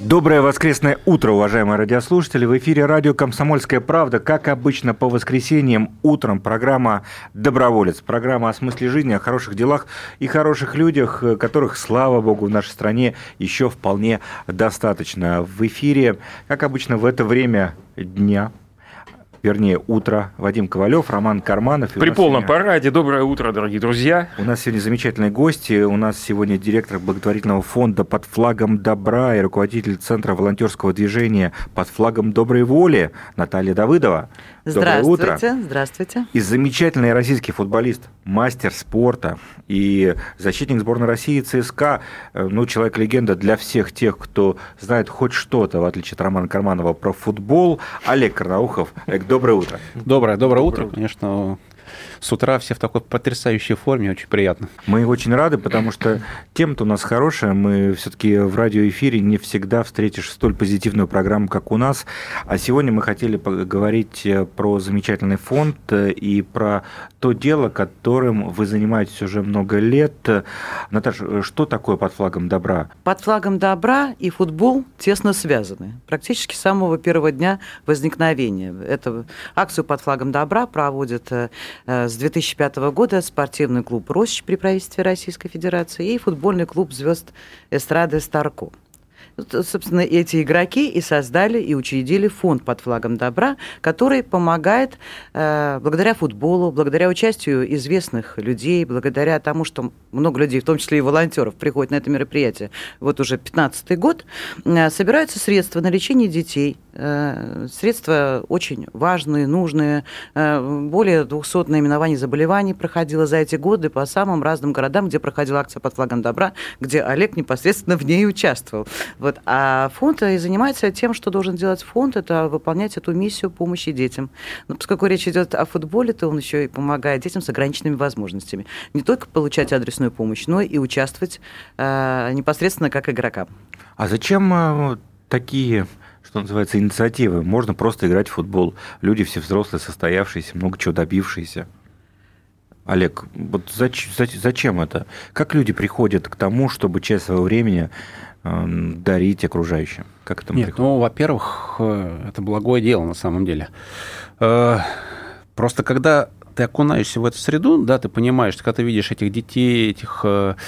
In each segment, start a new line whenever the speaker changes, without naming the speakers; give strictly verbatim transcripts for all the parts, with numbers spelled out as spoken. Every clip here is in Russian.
Доброе воскресное утро, уважаемые радиослушатели. В эфире радио «Комсомольская правда». Как обычно, по воскресеньям утром программа «Доброволец». Программа о смысле жизни, о хороших делах и хороших людях, которых, слава богу, в нашей стране еще вполне достаточно. В эфире, как обычно, в это время дня, вернее, утро, Вадим Ковалев, Роман Карманов.
При полном сегодня... параде. Доброе утро, дорогие друзья.
У нас сегодня замечательные гости. У нас сегодня директор благотворительного фонда «Под флагом добра» и руководитель Центра волонтерского движения «Под флагом доброй воли» Наталья Давыдова. Доброе утро.
Здравствуйте.
И замечательный российский футболист, мастер спорта и защитник сборной России ЦСКА, ну, человек-легенда для всех тех, кто знает хоть что-то, в отличие от Романа Карманова, про футбол, Олег Карнаухов. Олег, доброе утро.
Доброе, доброе, доброе утро. утро. Конечно, с утра все в такой потрясающей форме, очень приятно.
Мы очень рады, потому что тема-то у нас хорошая. Мы все-таки в радиоэфире не всегда встретишь столь позитивную программу, как у нас. А сегодня мы хотели поговорить про замечательный фонд и про то дело, которым вы занимаетесь уже много лет. Наташа, что такое «Под флагом добра»?
«Под флагом добра» и футбол тесно связаны. Практически с самого первого дня возникновения. Эту акцию «Под флагом добра» проводит с две тысячи пятого года спортивный клуб «Рощ» при правительстве Российской Федерации и футбольный клуб звезд эстрады «Старко». Собственно, эти игроки и создали, и учредили фонд «Под флагом добра», который помогает э, благодаря футболу, благодаря участию известных людей, благодаря тому, что много людей, в том числе и волонтеров, приходят на это мероприятие. Вот уже пятнадцатый год, э, собираются средства на лечение детей. Э, средства очень важные, нужные. Э, более двухсот наименований заболеваний проходило за эти годы по самым разным городам, где проходила акция «Под флагом добра», где Олег непосредственно в ней участвовал. Вот. А фонд и занимается тем, что должен делать фонд, это выполнять эту миссию помощи детям. Но поскольку речь идет о футболе, то он еще и помогает детям с ограниченными возможностями. Не только получать адресную помощь, но и участвовать э, непосредственно как игрокам.
А зачем э, такие, что называется, инициативы? Можно просто играть в футбол. Люди все взрослые, состоявшиеся, много чего добившиеся. Олег, вот зачем, зачем это? Как люди приходят к тому, чтобы часть своего времени дарить окружающим? Как это
Нет, ну, во-первых, это благое дело на самом деле. Просто когда ты окунаешься в эту среду, да, ты понимаешь, когда ты видишь этих детей, этих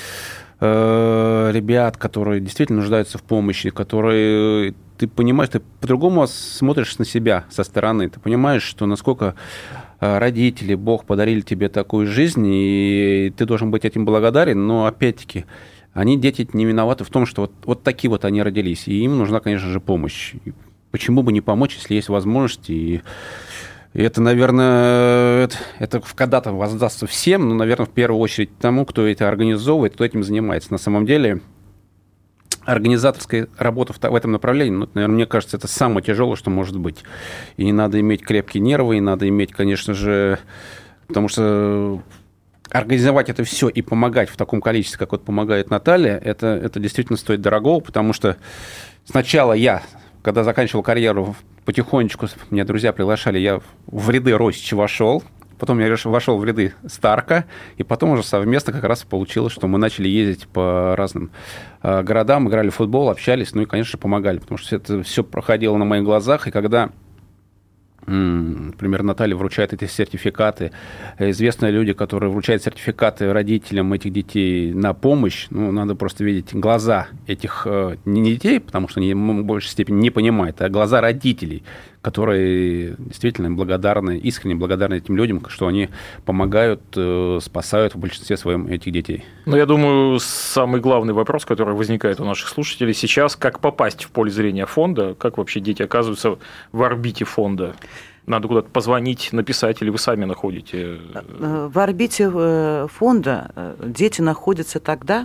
ребят, которые действительно нуждаются в помощи, которые... Ты понимаешь, ты по-другому смотришь на себя со стороны, ты понимаешь, что насколько родители, Бог подарили тебе такую жизнь, и ты должен быть этим благодарен, но опять-таки они, дети, не виноваты в том, что вот, вот такие вот они родились, и им нужна, конечно же, помощь. И почему бы не помочь, если есть возможность, и, и это, наверное, это, это когда-то воздастся всем, но, наверное, в первую очередь тому, кто это организовывает, кто этим занимается. На самом деле организаторская работа в этом направлении, ну, наверное, мне кажется, это самое тяжелое, что может быть. И надо иметь крепкие нервы, и надо иметь, конечно же, потому что организовать это все и помогать в таком количестве, как вот помогает Наталья, это, это действительно стоит дорогого, потому что сначала я, когда заканчивал карьеру, потихонечку, меня друзья приглашали, я в ряды Рощича вошел, потом я вошел в ряды Старка, и потом уже совместно как раз получилось, что мы начали ездить по разным э, городам, играли в футбол, общались, ну и, конечно, помогали, потому что это все проходило на моих глазах, и когда, например, Наталья вручает эти сертификаты, известные люди, которые вручают сертификаты родителям этих детей на помощь, ну, надо просто видеть глаза этих не детей, потому что они в большей степени не понимают, а глаза родителей, которые действительно благодарны, искренне благодарны этим людям, что они помогают, спасают в большинстве своем этих детей.
Ну, я думаю, самый главный вопрос, который возникает у наших слушателей сейчас, как попасть в поле зрения фонда, как вообще дети оказываются в орбите фонда? Надо куда-то позвонить, написать, или вы сами находите?
В орбите фонда дети находятся тогда,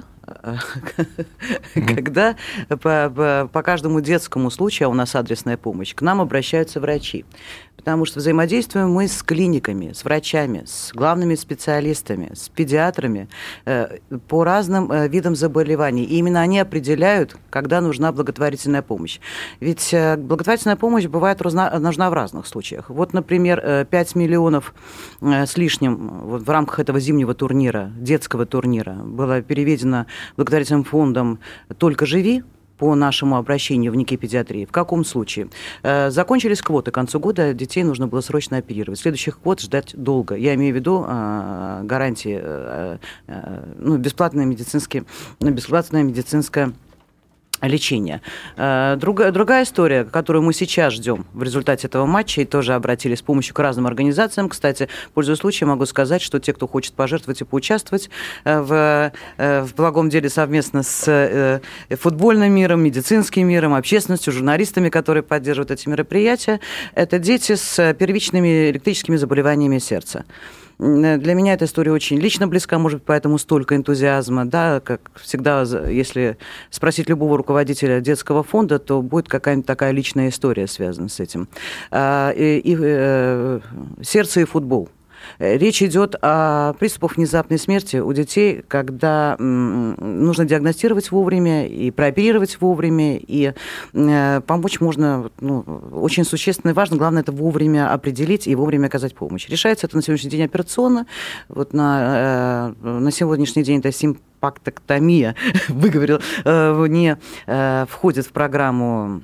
когда по, по каждому детскому случаю, а у нас адресная помощь, к нам обращаются врачи. Потому что взаимодействуем мы с клиниками, с врачами, с главными специалистами, с педиатрами э, по разным э, видам заболеваний. И именно они определяют, когда нужна благотворительная помощь. Ведь э, благотворительная помощь бывает разна, нужна в разных случаях. Вот, например, э, пять миллионов э, с лишним вот, в рамках этого зимнего турнира, детского турнира, было переведено благотворительным фондом «Только живи», по нашему обращению в Никипедиатрии. В каком случае? Закончились квоты, к концу года детей нужно было срочно оперировать. Следующих квот ждать долго. Я имею в виду гарантии, ну, бесплатное медицинское, бесплатное медицинское лечения. Другая, другая история, которую мы сейчас ждем в результате этого матча, и тоже обратились с помощью к разным организациям. Кстати, пользуясь случаем, могу сказать, что те, кто хочет пожертвовать и поучаствовать в, в благом деле совместно с футбольным миром, медицинским миром, общественностью, журналистами, которые поддерживают эти мероприятия, это дети с первичными электрическими заболеваниями сердца. Для меня эта история очень лично близка, может быть, поэтому столько энтузиазма. Да, как всегда, если спросить любого руководителя детского фонда, то будет какая-нибудь такая личная история связана с этим. И, и, и, сердце и футбол. Речь идет о приступах внезапной смерти у детей, когда нужно диагностировать вовремя и прооперировать вовремя, и помочь можно, ну, очень существенно и важно, главное, это вовремя определить и вовремя оказать помощь. Решается это на сегодняшний день операционно. Вот на, на сегодняшний день это симпактоктомия, выговорил, не входит в программу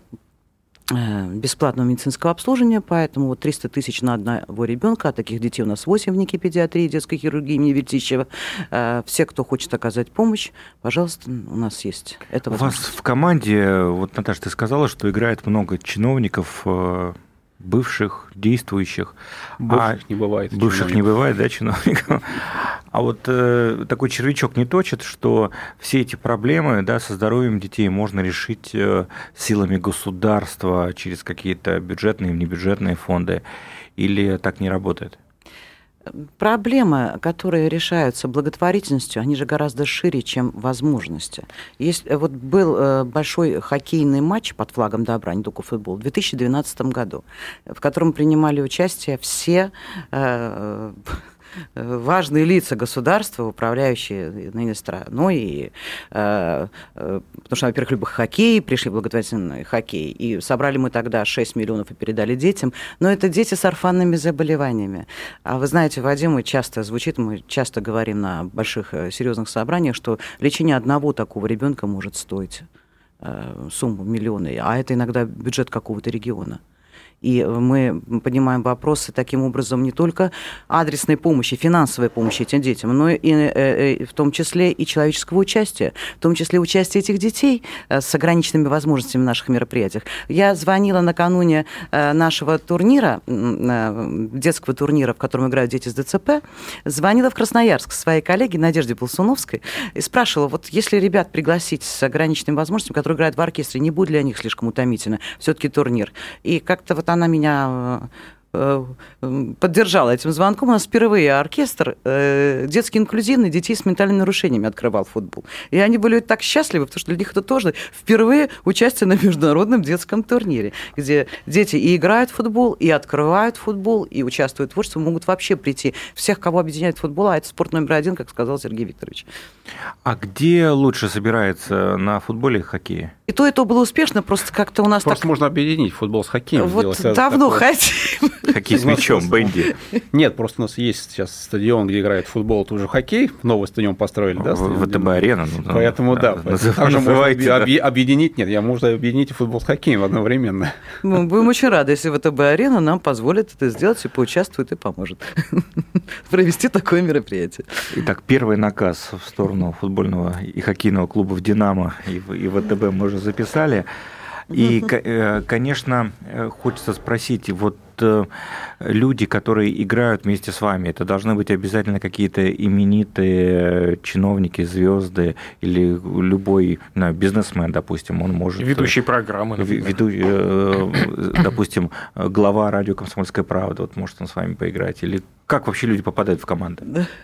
бесплатного медицинского обслуживания, поэтому вот триста тысяч на одного ребенка, а таких детей у нас восемь в Никипедиатрии, детской хирургии имени Вертищева. Все, кто хочет оказать помощь, пожалуйста, у нас есть это возможность.
У вас в команде, вот, Наташа, ты сказала, что играет много чиновников, бывших, действующих.
Бывших а, не бывает.
Бывших чиновников. Не бывает, да, чиновников. А вот э, такой червячок не точит, что все эти проблемы, да, со здоровьем детей можно решить э, силами государства через какие-то бюджетные и небюджетные фонды, или так не работает?
Проблемы, которые решаются благотворительностью, они же гораздо шире, чем возможности. Есть, вот был большой хоккейный матч под флагом добра, не только футбол, в две тысячи двенадцатом году, в котором принимали участие все э, важные лица государства, управляющие ныне страной, и, э, э, потому что, во-первых, любят хоккей, пришли в благотворительный хоккей, и собрали мы тогда шесть миллионов и передали детям, но это дети с орфанными заболеваниями. А вы знаете, Вадим, мы часто звучит, мы часто говорим на больших серьезных собраниях, что лечение одного такого ребенка может стоить э, сумму миллионы, а это иногда бюджет какого-то региона. И мы поднимаем вопросы таким образом не только адресной помощи, финансовой помощи этим детям, но и, и в том числе и человеческого участия, в том числе участия этих детей с ограниченными возможностями в наших мероприятиях. Я звонила накануне нашего турнира, детского турнира, в котором играют дети с ДЦП, звонила в Красноярск своей коллеге Надежде Болсуновской и спрашивала, вот если ребят пригласить с ограниченными возможностями, которые играют в оркестре, не будет для них слишком утомительно все-таки турнир? И как-то вот она меня поддержала этим звонком. У нас впервые оркестр э, детский инклюзивный детей с ментальными нарушениями открывал футбол. И они были так счастливы, потому что для них это тоже впервые участие на международном детском турнире, где дети и играют в футбол, и открывают футбол, и участвуют в творчестве, могут вообще прийти. Всех, кого объединяет футбол, а это спорт номер один, как сказал Сергей Викторович.
А где лучше собирается, на футболе и хоккее?
И то, и то было успешно, просто как-то у нас
просто
так...
можно объединить футбол с хоккеем.
Вот давно хотим.
Хоккей с мячом, Бенди.
Нет, просто у нас есть сейчас стадион, где играет футбол, тут уже хоккей, новый стадион построили, да?
ВТБ-арена.
Ну, поэтому, да, да также можно объединить, нет, я можно объединить и футбол с хоккеем одновременно.
Мы будем очень рады, если ВТБ-арена нам позволит это сделать и поучаствует, и поможет провести такое мероприятие.
Итак, первый наказ в сторону футбольного и хоккейного клубов «Динамо» и ВТБ мы уже записали. И, конечно, хочется спросить, вот люди, которые играют вместе с вами, это должны быть обязательно какие-то именитые чиновники, звезды или любой, ну, бизнесмен, допустим, он может...
Ведущий программы.
Веду, допустим, глава радио «Комсомольская правда», вот может он с вами поиграть. Или как вообще люди попадают в команды?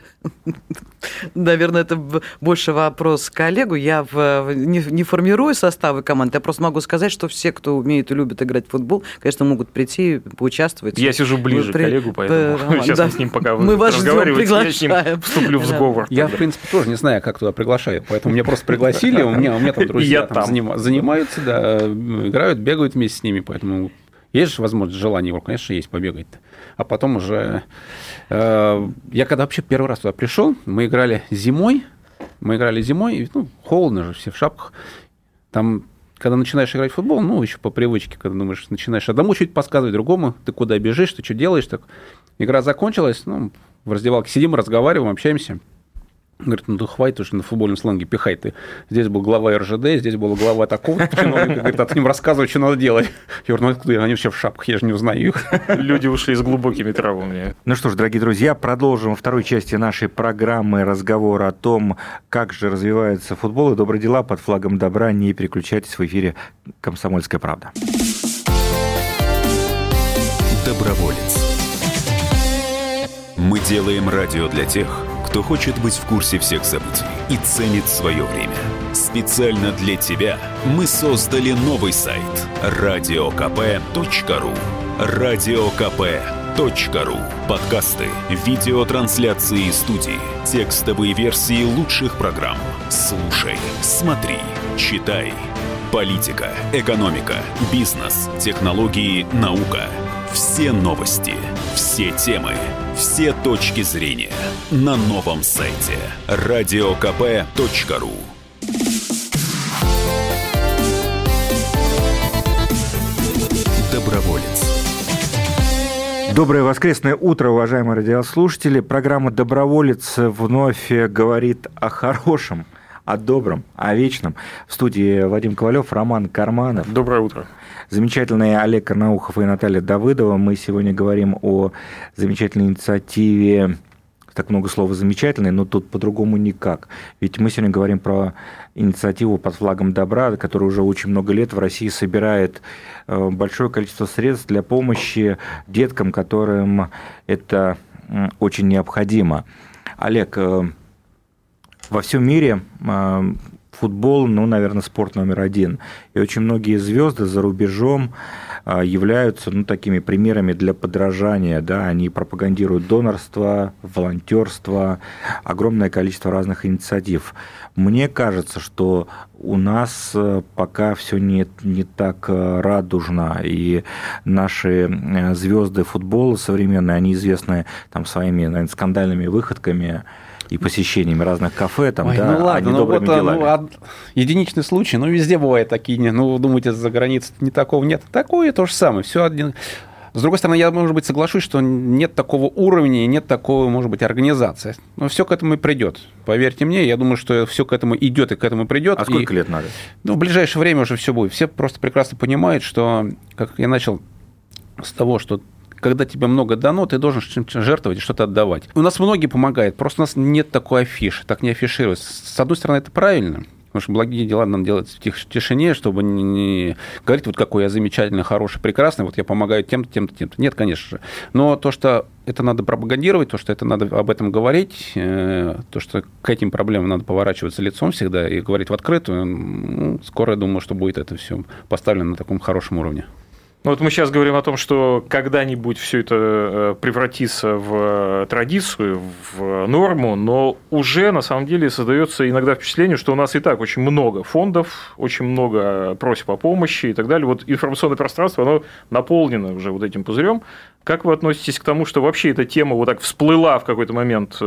Наверное, это больше вопрос к коллегу. Я в, не, не формирую составы команд, я просто могу сказать, что все, кто умеет и любит играть в футбол, конечно, могут прийти, поучаствовать.
Я сижу ближе при... к коллегу, поэтому Роман, сейчас да. мы с ним пока
мы вас
разговариваете, я с ним вступлю в сговор.
Я, в принципе, тоже не знаю, как туда приглашают, поэтому меня просто пригласили, у меня, у меня там друзья там там. занимаются, да, играют, бегают вместе с ними, поэтому есть же возможность, желание, конечно, есть побегать-то. А потом уже... Э, я когда вообще первый раз туда пришел, мы играли зимой, мы играли зимой, и, ну, холодно же, все в шапках. Там когда начинаешь играть в футбол, ну, еще по привычке, когда думаешь, начинаешь одному чуть подсказывать, другому, ты куда бежишь, ты что делаешь, так игра закончилась, ну, в раздевалке сидим, разговариваем, общаемся. Говорит, ну да хватит уже на футбольном сленге пихать ты. Здесь был глава эр жэ дэ, здесь был глава такого чиновника. Говорит, а ты им рассказывай, что надо делать. Я говорю, ну откуда? Они все в шапках, я же не узнаю их.
Люди ушли с глубокими травмами.
Ну что ж, дорогие друзья, продолжим во второй части нашей программы разговор о том, как же развивается футбол и добрые дела под флагом добра. Не переключайтесь, в эфире «Комсомольская правда».
Доброволец. Мы делаем радио для тех, кто хочет быть в курсе всех событий и ценит свое время. Специально для тебя мы создали новый сайт радио ка пэ точка ру. радио ка пэ точка ру. Подкасты, видеотрансляции студии, текстовые версии лучших программ. Слушай, смотри, читай. Политика, экономика, бизнес, технологии, наука. Все новости, все темы, все точки зрения на новом сайте радио ка пэ точка ру. Доброволец.
Доброе воскресное утро, уважаемые радиослушатели. Программа «Доброволец» вновь говорит о хорошем, о добром, о вечном. В студии Вадим Ковалев, Роман Карманов.
Доброе утро.
Замечательные Олег Карнаухов и Наталья Давыдова. Мы сегодня говорим о замечательной инициативе. Так много слов «замечательной», но тут по-другому никак. Ведь мы сегодня говорим про инициативу под флагом добра, которая уже очень много лет в России собирает большое количество средств для помощи деткам, которым это очень необходимо. Олег, во всем мире футбол, ну, наверное, спорт номер один. И очень многие звезды за рубежом являются, ну, такими примерами для подражания. Да? Они пропагандируют донорство, волонтерство, огромное количество разных инициатив. Мне кажется, что у нас пока все не, не так радужно, и наши звезды футбола современные, они известны там своими, наверное, скандальными выходками и посещениями разных кафе, там,
Ой,
да,
ну ладно,
а не добрыми
вот,
делами.
Ну, од... единичный случай, ну, везде бывают такие, ну, думаете, за границей не такого нет. Такое то же самое, все один... С другой стороны, я, может быть, соглашусь, что нет такого уровня и нет такого, может быть, организации. Но все к этому и придет. Поверьте мне, я думаю, что все к этому идет и к этому придет.
А сколько
и...
лет надо?
Ну, в ближайшее время уже все будет. Все просто прекрасно понимают, что, как я начал с того, что когда тебе много дано, ты должен чем-то жертвовать и что-то отдавать. У нас многие помогают, просто у нас нет такой афиши, так не афишируется. С одной стороны, это правильно, потому что благие дела надо делать в тих, тишине, чтобы не, не говорить, вот какой я замечательный, хороший, прекрасный, вот я помогаю тем-то, тем-то, тем-то. Нет, конечно же. Но то, что это надо пропагандировать, то, что это надо об этом говорить, то, что к этим проблемам надо поворачиваться лицом всегда и говорить в открытую, ну, скоро, я думаю, что будет это все поставлено на таком хорошем уровне.
Ну, вот мы сейчас говорим о том, что когда-нибудь все это превратится в традицию, в норму, но уже на самом деле создается иногда впечатление, что у нас и так очень много фондов, очень много просьб о помощи и так далее. Вот информационное пространство, оно наполнено уже вот этим пузырем. Как вы относитесь к тому, что вообще эта тема вот так всплыла в какой-то момент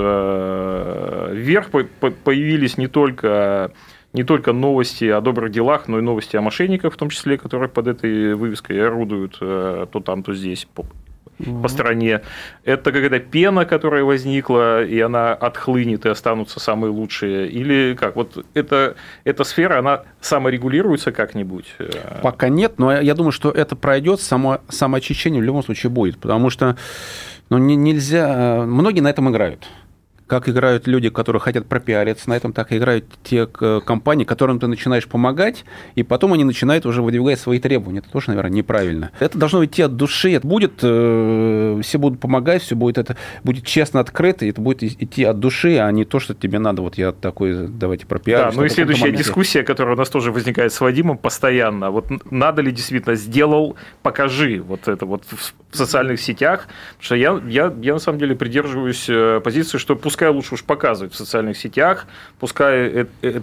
вверх, появились не только... Не только новости о добрых делах, но и новости о мошенниках, в том числе, которые под этой вывеской орудуют то там, то здесь, по, mm-hmm. по стране. Это какая-то пена, которая возникла, и она отхлынет, и останутся самые лучшие. Или как? Вот это, эта сфера, она саморегулируется как-нибудь?
Пока нет, но я думаю, что это пройдет, само, самоочищение в любом случае будет, потому что ну, нельзя... Многие на этом играют. Как играют люди, которые хотят пропиариться на этом, так и играют те компании, которым ты начинаешь помогать, и потом они начинают уже выдвигать свои требования. Это тоже, наверное, неправильно. Это должно идти от души. Это будет, э, все будут помогать, все будет, это будет честно, открыто, и это будет идти от души, а не то, что тебе надо, вот я такой, давайте пропиарюсь.
Да, ну и следующая дискуссия, которая у нас тоже возникает с Вадимом постоянно. Вот надо ли действительно сделал, покажи вот это вот в социальных сетях. Потому что я, я, я на самом деле придерживаюсь позиции, что пускай пускай лучше уж показывают в социальных сетях, пускай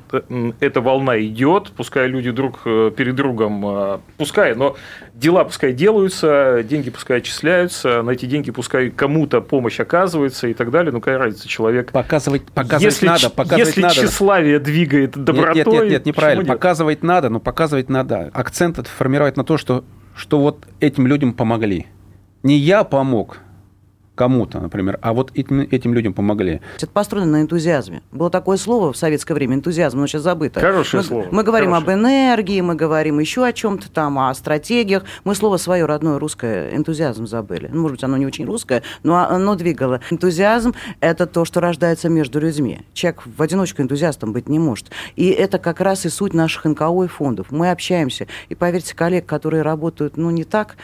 эта волна идет, пускай люди друг перед другом, пускай, но дела пускай делаются, деньги пускай отчисляются, на эти деньги пускай кому-то помощь оказывается и так далее. Ну, какая разница, человек...
Показывать, показывать
если,
надо, показывать
если
надо.
тщеславие двигает добротой...
Нет, нет, нет, нет неправильно.
Нет?
Показывать надо, но показывать надо. Акцент это формировать на то, что, что вот этим людям помогли. Не я помог кому-то, например, а вот этим, этим людям помогли.
Это построено на энтузиазме. Было такое слово в советское время, энтузиазм, но сейчас забыто.
Хорошее
мы,
слово.
Мы говорим
Хорошее.
об энергии, мы говорим еще о чем-то там, о стратегиях. Мы слово свое родное русское энтузиазм забыли. Ну, может быть, оно не очень русское, но оно двигало. Энтузиазм – это то, что рождается между людьми. Человек в одиночку энтузиастом быть не может. И это как раз и суть наших эн ка о и фондов. Мы общаемся. И поверьте, коллег, которые работают, ну, не так,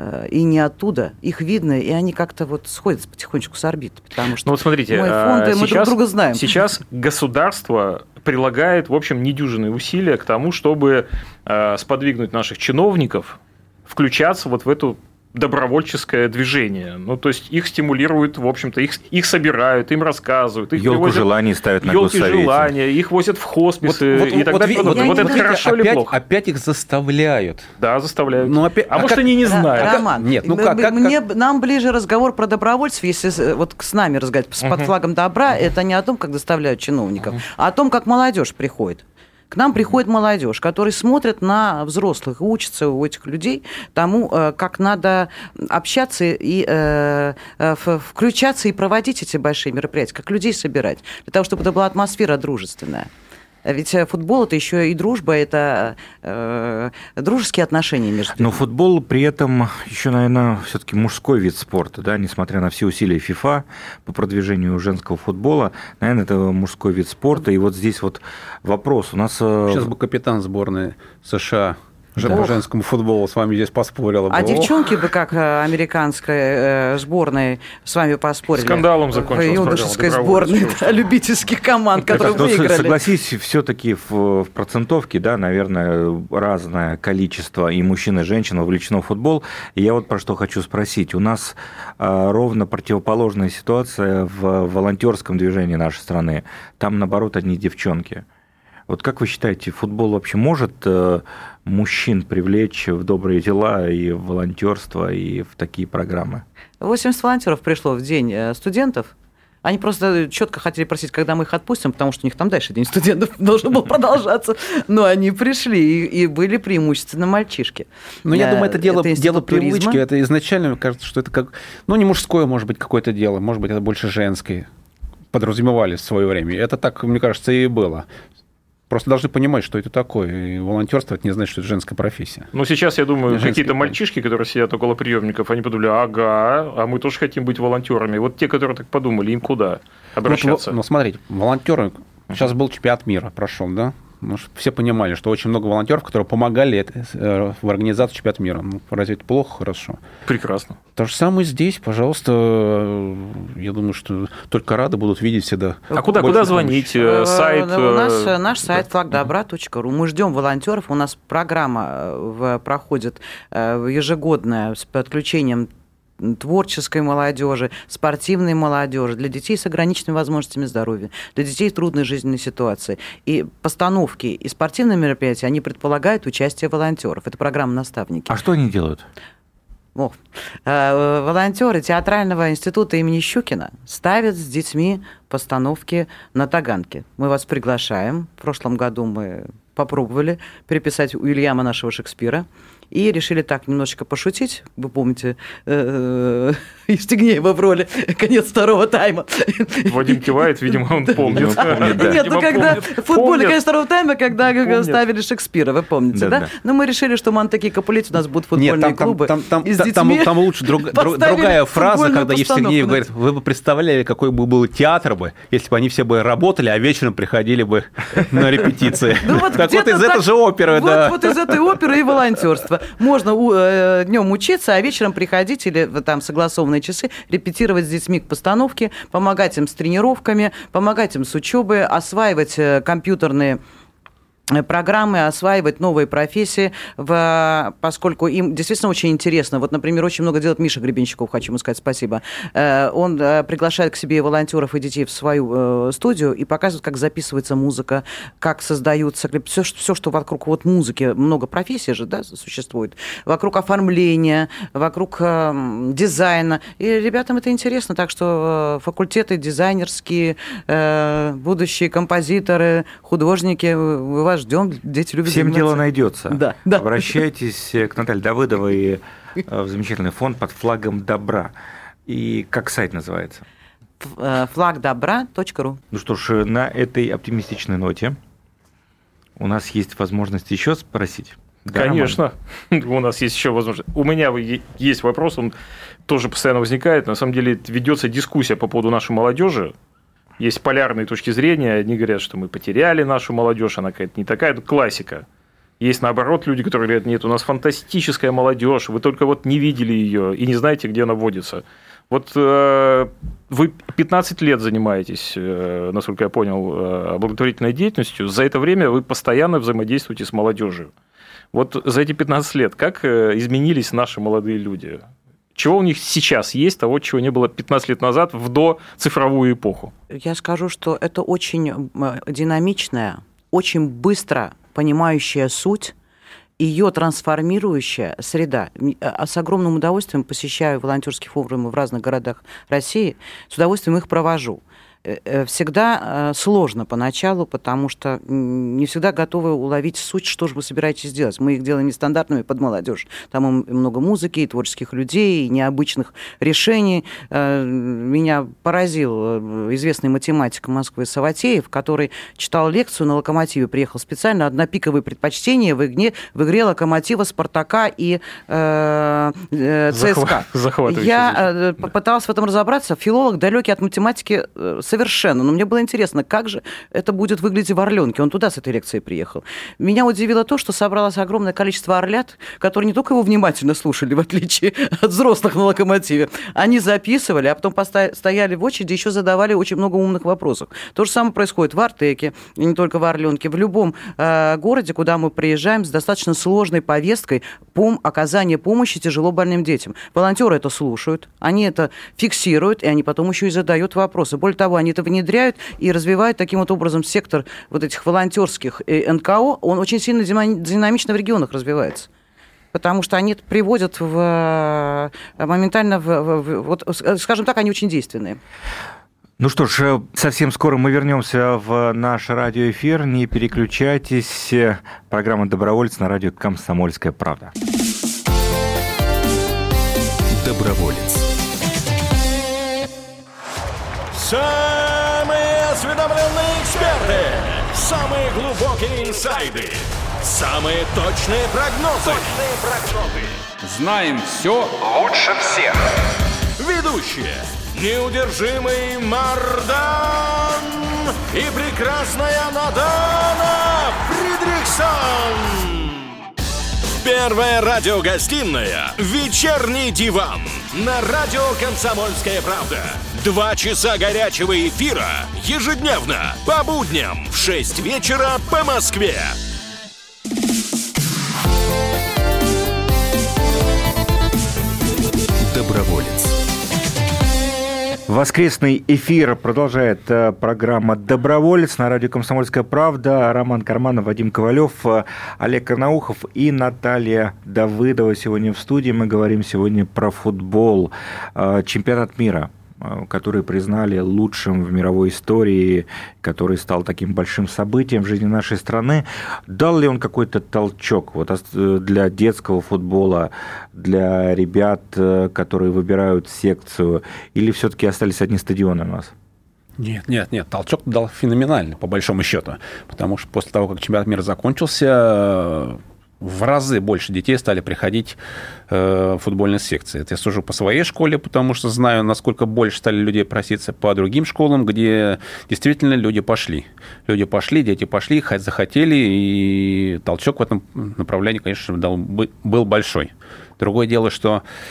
и не оттуда, их видно, и они как-то вот сходят потихонечку с орбиты, потому что
ну, вот смотрите,
мы фонды,
сейчас,
мы друг друга знаем.
Сейчас государство прилагает, в общем, недюжинные усилия к тому, чтобы э, сподвигнуть наших чиновников включаться вот в эту добровольческое движение. Ну, то есть их стимулируют, в общем-то, их, их собирают, им рассказывают. Их
Ёлку желаний ставят на госсовете.
Ёлки желания, их возят в хосписы
вот,
и
вот,
так
вот,
далее.
Вот,
вот, вот это
видите,
хорошо
опять,
или плохо?
Опять их заставляют.
Да, заставляют.
Ну, опять,
а, а может,
как...
они не знают.
Роман,
Нет, ну как, как,
мне,
как...
нам ближе разговор про добровольцев, если вот с нами разговаривать под uh-huh. флагом добра, uh-huh. это не о том, как доставляют чиновников, uh-huh. а о том, как молодежь приходит. К нам приходит молодежь, которые смотрят на взрослых и учатся у этих людей тому, как надо общаться и э, включаться и проводить эти большие мероприятия, как людей собирать, для того, чтобы это была атмосфера дружественная. Ведь футбол – это еще и дружба, это э, дружеские отношения между людьми.
Но футбол при этом еще, наверное, все-таки мужской вид спорта, да, несмотря на все усилия ФИФА по продвижению женского футбола, наверное, это мужской вид спорта. И вот здесь вот вопрос. У нас...
Сейчас бы капитан сборной США по женскому футболу с вами здесь поспорила бы.
А девчонки бы, как американской сборной, с вами поспорили.
Скандалом закончилась
юношеской сборной да, любительских команд, которые
так,
выиграли.
Согласись, все-таки в, в процентовке, да, наверное, разное количество и мужчин, и женщин вовлечено в футбол. И я вот про что хочу спросить. У нас а, ровно противоположная ситуация в волонтерском движении нашей страны. Там, наоборот, одни девчонки. Вот как вы считаете, футбол вообще может э, мужчин привлечь в добрые дела и в волонтерство, и в такие программы?
восемьдесят волонтеров пришло в день студентов. Они просто четко хотели просить, когда мы их отпустим, потому что у них там дальше день студентов должен был продолжаться. Но они пришли, и, и были преимущественно мальчишки.
Ну, я думаю, это дело, это дело привычки. Это изначально, мне кажется, что это как... Ну, не мужское, может быть, какое-то дело. Может быть, это больше женское. Подразумевали в свое время. Это так, мне кажется, и было. Просто должны понимать, что это такое. И волонтерство – это не значит, что это женская профессия.
Ну, сейчас, я думаю,
Женский
какие-то
пол.
мальчишки, которые сидят около приемников, они подумали, ага, а мы тоже хотим быть волонтерами. Вот те, которые так подумали, им куда обращаться?
Ну, ну смотрите, волонтеры, сейчас был чемпионат мира, прошел, да? Ну, все понимали, что очень много волонтеров, которые помогали это, в организации чемпионата мира. Ну, разве это плохо? Хорошо.
Прекрасно.
То же самое здесь, пожалуйста. Я думаю, что только рады будут видеть всегда.
А куда, куда звонить? Сайт?
У нас наш сайт флаг добра точка ру. Мы ждем волонтеров. У нас программа проходит ежегодная с подключением творческой молодежи, спортивной молодежи, для детей с ограниченными возможностями здоровья, для детей в трудной жизненной ситуации. И постановки и спортивные мероприятия, они предполагают участие волонтеров. Это программа «Наставники».
А что они делают?
О, э, волонтеры Театрального института имени Щукина ставят с детьми постановки на таганке. Мы вас приглашаем. В прошлом году мы попробовали переписать Уильяма нашего Шекспира. И решили так немножечко пошутить. Вы помните Евстигнеева в роли «Конец второго тайма».
Вадим кивает, видимо, он помнит.
Нет, ну когда в футболе «Конец второго тайма», когда ставили Шекспира, вы помните, да? Но мы решили, что Монтеки Капулетти у нас будут футбольные клубы.
Там лучше другая фраза, когда Евстигнеев говорит, вы бы представляли, какой бы был театр бы, если бы они все бы работали, а вечером приходили бы на репетиции. Так вот из этой же оперы, да.
Вот из этой оперы и волонтерство. Можно э, днем учиться, а вечером приходить или там согласованные часы репетировать с детьми к постановке, помогать им с тренировками, помогать им с учебой, осваивать компьютерные программы, осваивать новые профессии, в, поскольку им действительно очень интересно. Вот, например, очень много делает Миша Гребенщиков, хочу ему сказать спасибо. Он приглашает к себе волонтеров и детей в свою студию и показывает, как записывается музыка, как создаются все, все что вокруг вот музыки, много профессий же, да, существует, вокруг оформления, вокруг дизайна. И ребятам это интересно, так что факультеты дизайнерские, будущие композиторы, художники, вы вас ждем, дети любят
Всем
заниматься.
дело найдется.
Да, да.
Обращайтесь к Наталье Давыдовой в замечательный фонд под флагом добра. И как сайт называется?
флаг добра точка ру.
Ну что ж, на этой оптимистичной ноте у нас есть возможность еще спросить. Да,
конечно, Роман? У нас есть еще возможность. У меня есть вопрос, он тоже постоянно возникает. На самом деле ведется дискуссия по поводу нашей молодежи. Есть полярные точки зрения. Одни говорят, что мы потеряли нашу молодежь, она какая-то не такая, это классика. Есть, наоборот, люди, которые говорят, нет, у нас фантастическая молодежь, вы только вот не видели ее и не знаете, где она водится. Вот э, вы пятнадцать лет занимаетесь, э, насколько я понял, э, благотворительной деятельностью. За это время вы постоянно взаимодействуете с молодежью. Вот за эти пятнадцать лет как изменились наши молодые люди? Чего у них сейчас есть, того, чего не было пятнадцать лет назад в доцифровую эпоху?
Я скажу, что это очень динамичная, очень быстро понимающая суть, ее трансформирующая среда. С огромным удовольствием посещаю волонтерские форумы в разных городах России, с удовольствием их провожу. Всегда сложно поначалу, потому что не всегда готовы уловить суть, что же вы собираетесь делать. Мы их делаем нестандартными под молодежь. Там много музыки, и творческих людей, и необычных решений. Меня поразил известный математик Москвы Саватеев, который читал лекцию на «Локомотиве», приехал специально, однопиковые предпочтения в игре, в игре «Локомотива», «Спартака» и э, ЦСКА.
Захватывающе.
Я попыталась в этом разобраться. Филолог, далекий от математики, совершенно. Но мне было интересно, как же это будет выглядеть в Орленке. Он туда с этой лекцией приехал. Меня удивило то, что собралось огромное количество орлят, которые не только его внимательно слушали, в отличие от взрослых на «Локомотиве, они записывали, а потом стояли в очереди, еще задавали очень много умных вопросов. То же самое происходит в Артеке, и не только в Орленке, в любом э, городе, куда мы приезжаем с достаточно сложной повесткой пом- оказания помощи тяжело больным детям. Волонтеры это слушают, они это фиксируют, и они потом еще и задают вопросы. Более того, они это внедряют и развивают таким вот образом сектор вот этих волонтерских эн ка о, он очень сильно динамично в регионах развивается. Потому что они приводят в, моментально, в, в, вот, скажем так, они очень действенные.
Ну что ж, совсем скоро мы вернемся в наш радиоэфир. Не переключайтесь. Программа «Доброволец» на радио «Комсомольская правда».
Доброволец.
Самые осведомленные эксперты, самые глубокие инсайды, самые точные прогнозы. Точные прогнозы.
Знаем все лучше всех.
Ведущие: неудержимый Мардан и прекрасная Надана Фридрихсон. Первая радиогостинная «Вечерний диван» на радио «Комсомольская правда». Два часа горячего эфира ежедневно по будням в шесть вечера по Москве.
Доброволец.
Воскресный эфир продолжает программа «Доброволец» на радио «Комсомольская правда». Роман Карманов, Вадим Ковалев, Олег Карнаухов и Наталья Давыдова сегодня в студии. Мы говорим сегодня про футбол. Чемпионат мира, который признали лучшим в мировой истории, который стал таким большим событием в жизни нашей страны. Дал ли он какой-то толчок вот для детского футбола, для ребят, которые выбирают секцию, или все-таки остались одни стадионы у нас?
Нет, нет, нет, толчок дал феноменальный, по большому счету, потому что после того, как чемпионат мира закончился, в разы больше детей стали приходить э, в футбольные секции. Это я сужу по своей школе, потому что знаю, насколько больше стали людей проситься по другим школам, где действительно люди пошли. Люди пошли, дети пошли, захотели, и толчок в этом направлении, конечно, дал, был большой. Другое дело, что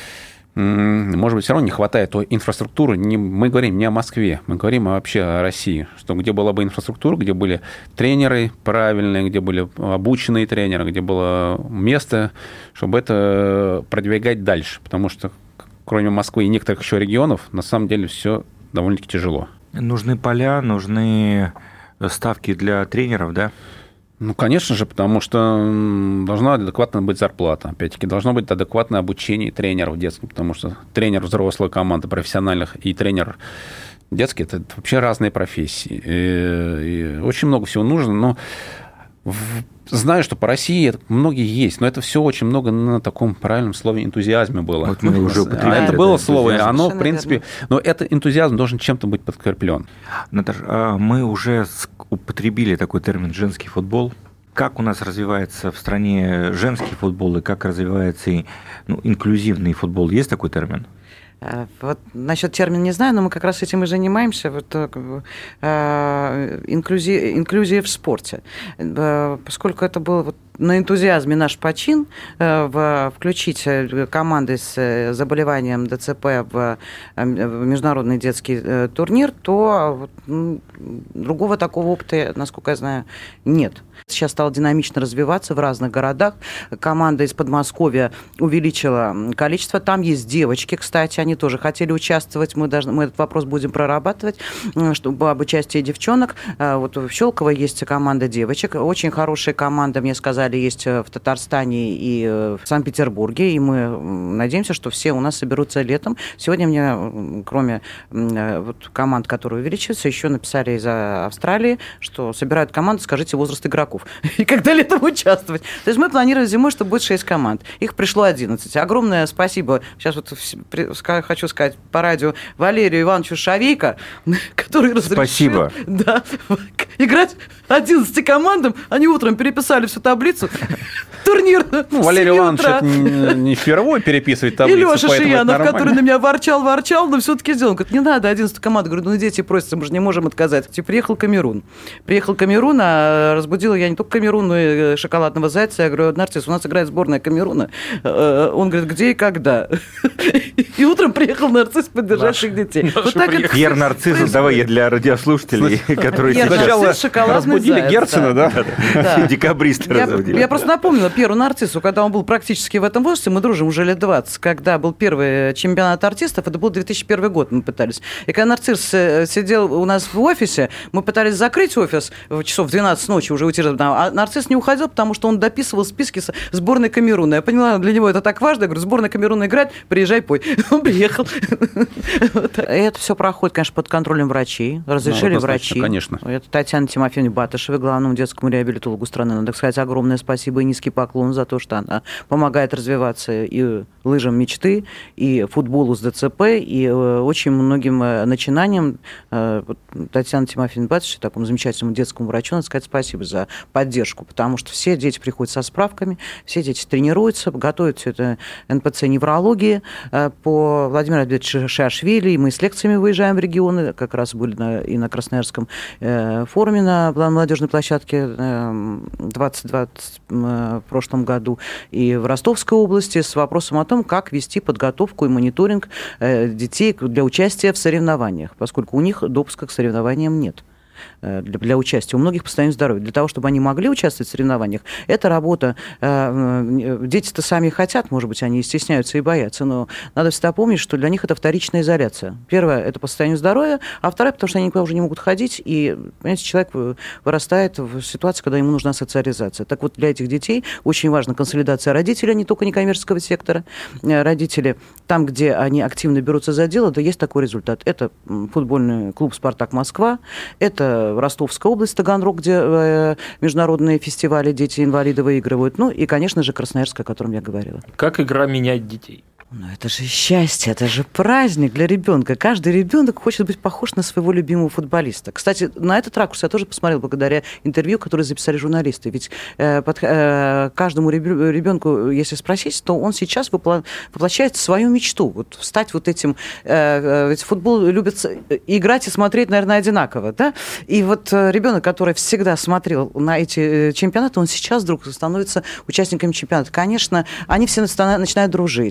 может быть, все равно не хватает той инфраструктуры. Не, мы говорим не о Москве, мы говорим вообще о России. Что где была бы инфраструктура, где были тренеры правильные, где были обученные тренеры, где было место, чтобы это продвигать дальше. Потому что кроме Москвы и некоторых еще регионов, на самом деле все довольно-таки тяжело.
Нужны поля, нужны ставки для тренеров, да?
Ну, конечно же, потому что должна адекватно быть зарплата. Опять-таки, должно быть адекватное обучение тренеров детских, потому что тренер взрослой команды, профессиональных, и тренер детский – это вообще разные профессии. И, и очень много всего нужно, но в, знаю, что по России многие есть, но это все очень много на таком правильном слове энтузиазме было.
Вот мы уже употребили.
А это было слово, и оно,
Совершенно
в принципе…
верно.
Но этот энтузиазм должен чем-то быть подкреплен.
Наташа, мы уже употребили такой термин «женский футбол». Как у нас развивается в стране женский футбол и как развивается ну, инклюзивный футбол? Есть такой термин?
Вот насчет термина не знаю, но мы как раз этим и занимаемся. Вот, э, инклюзия, инклюзия в спорте. Поскольку это был вот на энтузиазме наш почин э, в, включить команды с заболеванием ДЦП в, в международный детский э, турнир, то ну, другого такого опыта, насколько я знаю, нет. Сейчас стало динамично развиваться в разных городах. Команда из Подмосковья увеличила количество. Там есть девочки, кстати, они тоже хотели участвовать. Мы, должны, мы этот вопрос будем прорабатывать, чтобы об участии девчонок. Вот в Щелково есть команда девочек. Очень хорошая команда, мне сказали, есть в Татарстане и в Санкт-Петербурге. И мы надеемся, что все у нас соберутся летом. Сегодня мне, кроме вот команд, которые увеличиваются, еще написали из Австралии, что собирают команду, скажите возраст игроков. И когда летом участвовать. То есть мы планировали зимой, что будет шесть команд. Их пришло одиннадцать. Огромное спасибо. Сейчас вот хочу сказать по радио Валерию Ивановичу Шавейко, который разрешил
Спасибо.
Да, играть одиннадцати командам. Они утром переписали всю таблицу. Турнир.
Ну, Валерий Иванович это не, не впервые переписывает таблицу.
И Леша Шиянов, который на меня ворчал, ворчал, но все-таки сделал. Говорит, не надо одиннатую команду. Говорю, ну дети просятся, мы же не можем отказать. И приехал Камерун. Приехал Камерун, а разбудила я не только Камерун, но и шоколадного зайца. Я говорю, Нарцисс, у нас играет сборная Камеруна. Он говорит, где и когда? И утром приехал Нарцисс поддержать всех детей.
Вот так это
Пьер Нарциссов, давай я для радиослушателей, которые
Пьер
сейчас
Нарцисс, шоколадный
разбудили
заяц,
Герцена, да?
Да.
декабристы
Я,
разбудили.
я просто напомнила Пьеру Нарциссу, когда он был практически в этом возрасте, мы дружим уже лет двадцать, когда был первый чемпионат артистов, это был две тысячи первый год, мы пытались. И когда Нарцисс сидел у нас в офисе, мы пытались закрыть офис в часов в двенадцать ночи, уже уйти, а Нарцисс не уходил, потому что он дописывал списки сборной Камеруна. Я поняла, для него это так важно. Я говорю, сборная Камеруна играет, приезжай, пой. Он приехал. Это все проходит, конечно, под контролем врачей. Разрешили врачи.
Конечно.
Это Татьяна Тимофеевна Батышева, главному детскому реабилитологу страны. Надо сказать огромное спасибо и низкий поклон за то, что она помогает развиваться и лыжам мечты, и футболу с ДЦП, и очень многим начинаниям. Татьяна Тимофеевна Батышева, такому замечательному детскому врачу, надо сказать спасибо за поддержку, потому что все дети приходят со справками, все дети тренируются, готовят все это эн пэ цэ неврологии по Владимиру Альбертовичу Шиашвили, и мы с лекциями выезжаем в регионы, как раз были на, и на Красноярском э, форуме на молодежной площадке э, двадцать двадцать э, в прошлом году, и в Ростовской области с вопросом о том, как вести подготовку и мониторинг э, детей для участия в соревнованиях, поскольку у них допуска к соревнованиям нет. Для, для участия. У многих по состоянию здоровья. Для того, чтобы они могли участвовать в соревнованиях, эта работа... Э, дети-то сами хотят, может быть, они стесняются и боятся, но надо всегда помнить, что для них это вторичная изоляция. Первое – это по состоянию здоровья, а второе – потому что они никуда уже не могут ходить, и, понимаете, человек вырастает в ситуации, когда ему нужна социализация. Так вот, для этих детей очень важна консолидация родителей, не только некоммерческого сектора. Родители, там, где они активно берутся за дело, да, есть такой результат. Это футбольный клуб «Спартак Москва», это Ростовская область, Таганрог, где э, международные фестивали дети-инвалиды выигрывают. Ну и, конечно же, Красноярская, о котором я говорила.
Как игра меняет детей?
Ну, это же счастье, это же праздник для ребенка. Каждый ребенок хочет быть похож на своего любимого футболиста. Кстати, на этот ракурс я тоже посмотрел благодаря интервью, которое записали журналисты. Ведь э, под, э, каждому ребенку, если спросить, то он сейчас выпла- воплощает свою мечту. Вот стать вот этим... Э, ведь футбол любят играть и смотреть, наверное, одинаково. Да? И вот ребенок, который всегда смотрел на эти чемпионаты, он сейчас вдруг становится участниками чемпионата. Конечно, они все начинают дружить, становятся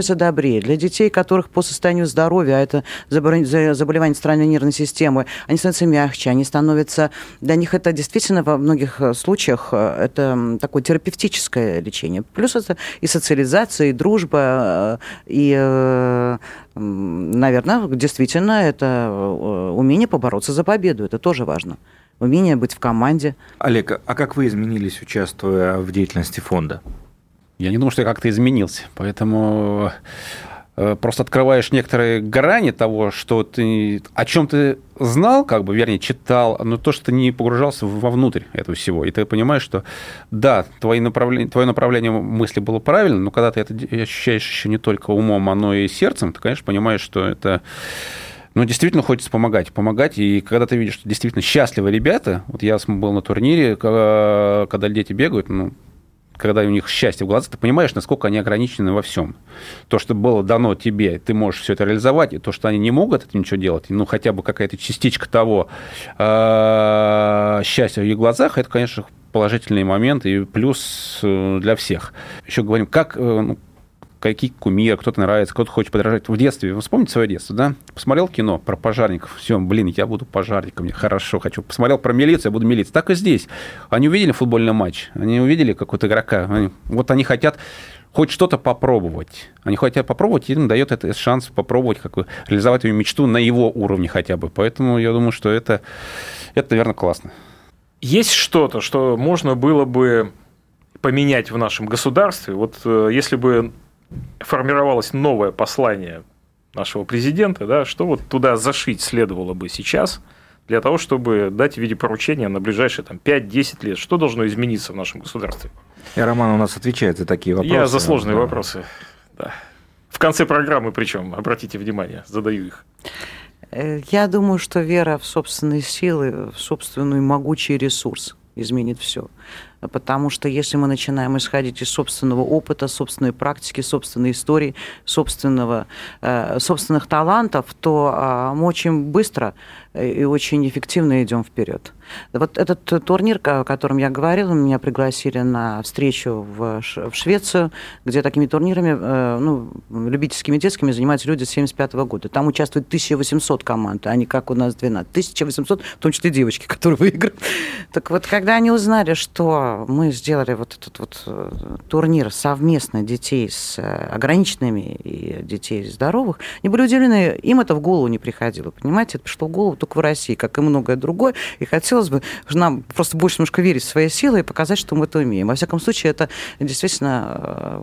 становятся добрее. Для детей, которых по состоянию здоровья, а это заболевание центральной нервной системы, они становятся мягче, они становятся... Для них это действительно во многих случаях это такое терапевтическое лечение. Плюс это и социализация, и дружба, и, наверное, действительно это умение побороться за победу. Это тоже важно. Умение быть в команде.
Олег, а как вы изменились, участвуя в деятельности фонда?
Я не думаю, что я как-то изменился. Поэтому просто открываешь некоторые грани того, что ты, о чем ты знал, как бы, вернее, читал, но то, что ты не погружался вовнутрь этого всего. И ты понимаешь, что да, твои направления, твое направление мысли было правильно, но когда ты это ощущаешь еще не только умом, но и сердцем, ты, конечно, понимаешь, что это... Ну, действительно хочется помогать, помогать, и когда ты видишь, что действительно счастливые ребята, вот я был на турнире, когда дети бегают, ну, когда у них счастье в глазах, ты понимаешь, насколько они ограничены во всем. То, что было дано тебе, ты можешь все это реализовать, и то, что они не могут это ничего делать, ну, хотя бы какая-то частичка того счастья в их глазах, это, конечно, положительный момент и плюс для всех. Еще говорим, как... Ну, какие кумиры, кто-то нравится, кто-то хочет подражать. В детстве, вы вспомните свое детство, да? Посмотрел кино про пожарников, все, блин, я буду пожарником, мне хорошо, хочу. Посмотрел про милицию, я буду милицией. Так и здесь. Они увидели футбольный матч, они увидели какого-то игрока, они, вот они хотят хоть что-то попробовать. Они хотят попробовать, и им дает это шанс попробовать, как бы, реализовать свою мечту на его уровне хотя бы. Поэтому я думаю, что это, это, наверное, классно.
Есть что-то, что можно было бы поменять в нашем государстве? Вот если бы формировалось новое послание нашего президента, да, что вот туда зашить следовало бы сейчас для того, чтобы дать в виде поручения на ближайшие там, пять-десять лет? Что должно измениться в нашем государстве?
И Роман у нас отвечает за такие вопросы.
Я за сложные
да.
вопросы. Да. В конце программы, причем, обратите внимание, задаю их.
Я думаю, что вера в собственные силы, в собственный могучий ресурс изменит все. Потому что если мы начинаем исходить из собственного опыта, собственной практики, собственной истории, собственного, э, собственных талантов, то э, мы очень быстро и очень эффективно идем вперед. Вот этот турнир, о котором я говорила, меня пригласили на встречу в, в Швецию, где такими турнирами, э, ну, любительскими детскими занимаются люди с семьдесят пятого года. Там участвует тысяча восемьсот команд, а не как у нас двенадцать. тысяча восемьсот, в том числе девочки, которые выиграли. Так вот, когда они узнали, что мы сделали вот этот вот турнир совместно детей с ограниченными и детей здоровых, они были удивлены, им это в голову не приходило, понимаете? Это пришло в голову только в России, как и многое другое, и хотелось бы нам просто больше немножко верить в свои силы и показать, что мы это умеем. Во всяком случае, это действительно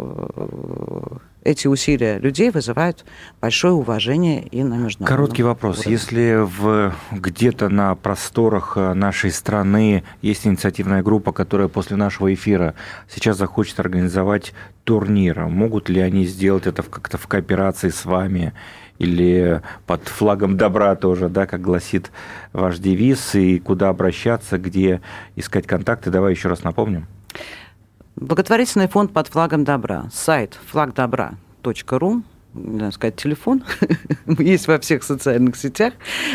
эти усилия людей вызывают большое уважение и на международном
Короткий вопрос.
уровне.
Если в, где-то на просторах нашей страны есть инициативная группа, которая после нашего эфира сейчас захочет организовать турнир, могут ли они сделать это как-то в кооперации с вами или под флагом добра тоже, да, как гласит ваш девиз, и куда обращаться, где искать контакты? Давай еще раз напомним.
Благотворительный фонд под флагом добра. Сайт флаг добра точка ру. Надо сказать, телефон. Есть во всех социальных сетях.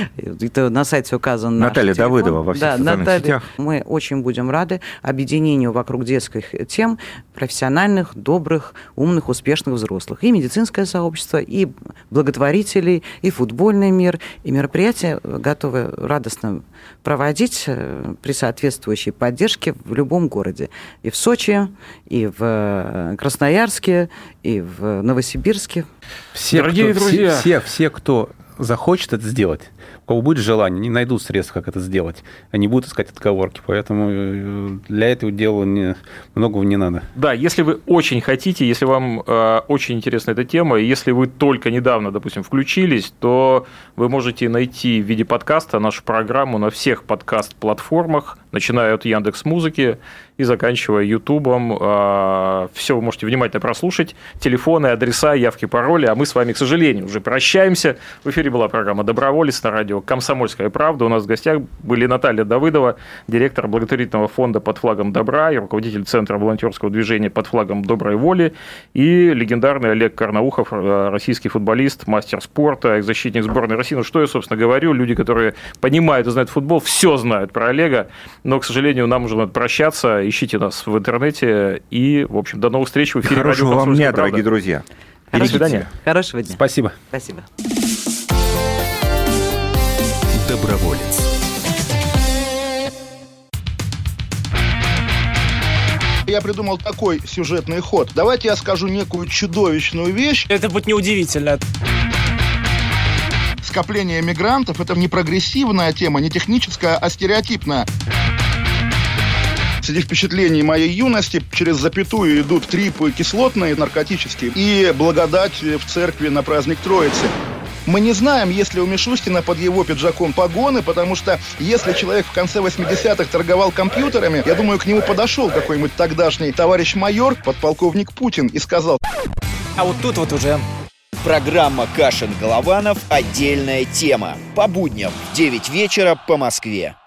Это на сайте указан наш
Наталья
телефон.
Давыдова во всех
да,
социальных
Наталья.
сетях.
Мы очень будем рады объединению вокруг детских тем профессиональных, добрых, умных, успешных взрослых. И медицинское сообщество, и благотворителей, и футбольный мир, и мероприятия готовы радостно проводить при соответствующей поддержке в любом городе. И в Сочи, и в Красноярске, и в Новосибирске.
Все,
Дорогие
кто,
друзья,
все, все, все, кто захочет это сделать, у кого будет желание, они найдут средства, как это сделать. Они будут искать отговорки. Поэтому для этого дела не, многого не надо.
Да, если вы очень хотите, если вам э, очень интересна эта тема, и если вы только недавно, допустим, включились, то вы можете найти в виде подкаста нашу программу на всех подкаст-платформах, начиная от Яндекс.Музыки и заканчивая Ютубом. Э, все вы можете внимательно прослушать. Телефоны, адреса, явки, пароли. А мы с вами, к сожалению, уже прощаемся. В эфире была программа «Доброволец» на радио «Комсомольская правда». У нас в гостях были Наталья Давыдова, директор благотворительного фонда «Под флагом добра» и руководитель Центра волонтерского движения «Под флагом доброй воли», и легендарный Олег Карнаухов, российский футболист, мастер спорта, защитник сборной России. Ну, что я, собственно, говорю, люди, которые понимают и знают футбол, все знают про Олега, но, к сожалению, нам уже надо прощаться. Ищите нас в интернете и, в общем, до новых встреч в эфире.
Хорошего вам дня, дорогие друзья. До свидания.
Хорошего дня.
Спасибо.
Спасибо.
Доброволец.
Я придумал такой сюжетный ход. Давайте я скажу некую чудовищную вещь.
Это будет неудивительно.
Скопление мигрантов – это не прогрессивная тема, не техническая, а стереотипная. Среди впечатлений моей юности через запятую идут трипы кислотные, наркотические, и благодать в церкви на праздник Троицы. Мы не знаем, есть ли у Мишустина под его пиджаком погоны, потому что если человек в конце восьмидесятых торговал компьютерами, я думаю, к нему подошел какой-нибудь тогдашний товарищ майор, подполковник Путин, и сказал:
А вот тут вот уже...
Программа Кашин-Голованов «Отдельная тема». По будням в девять вечера по Москве.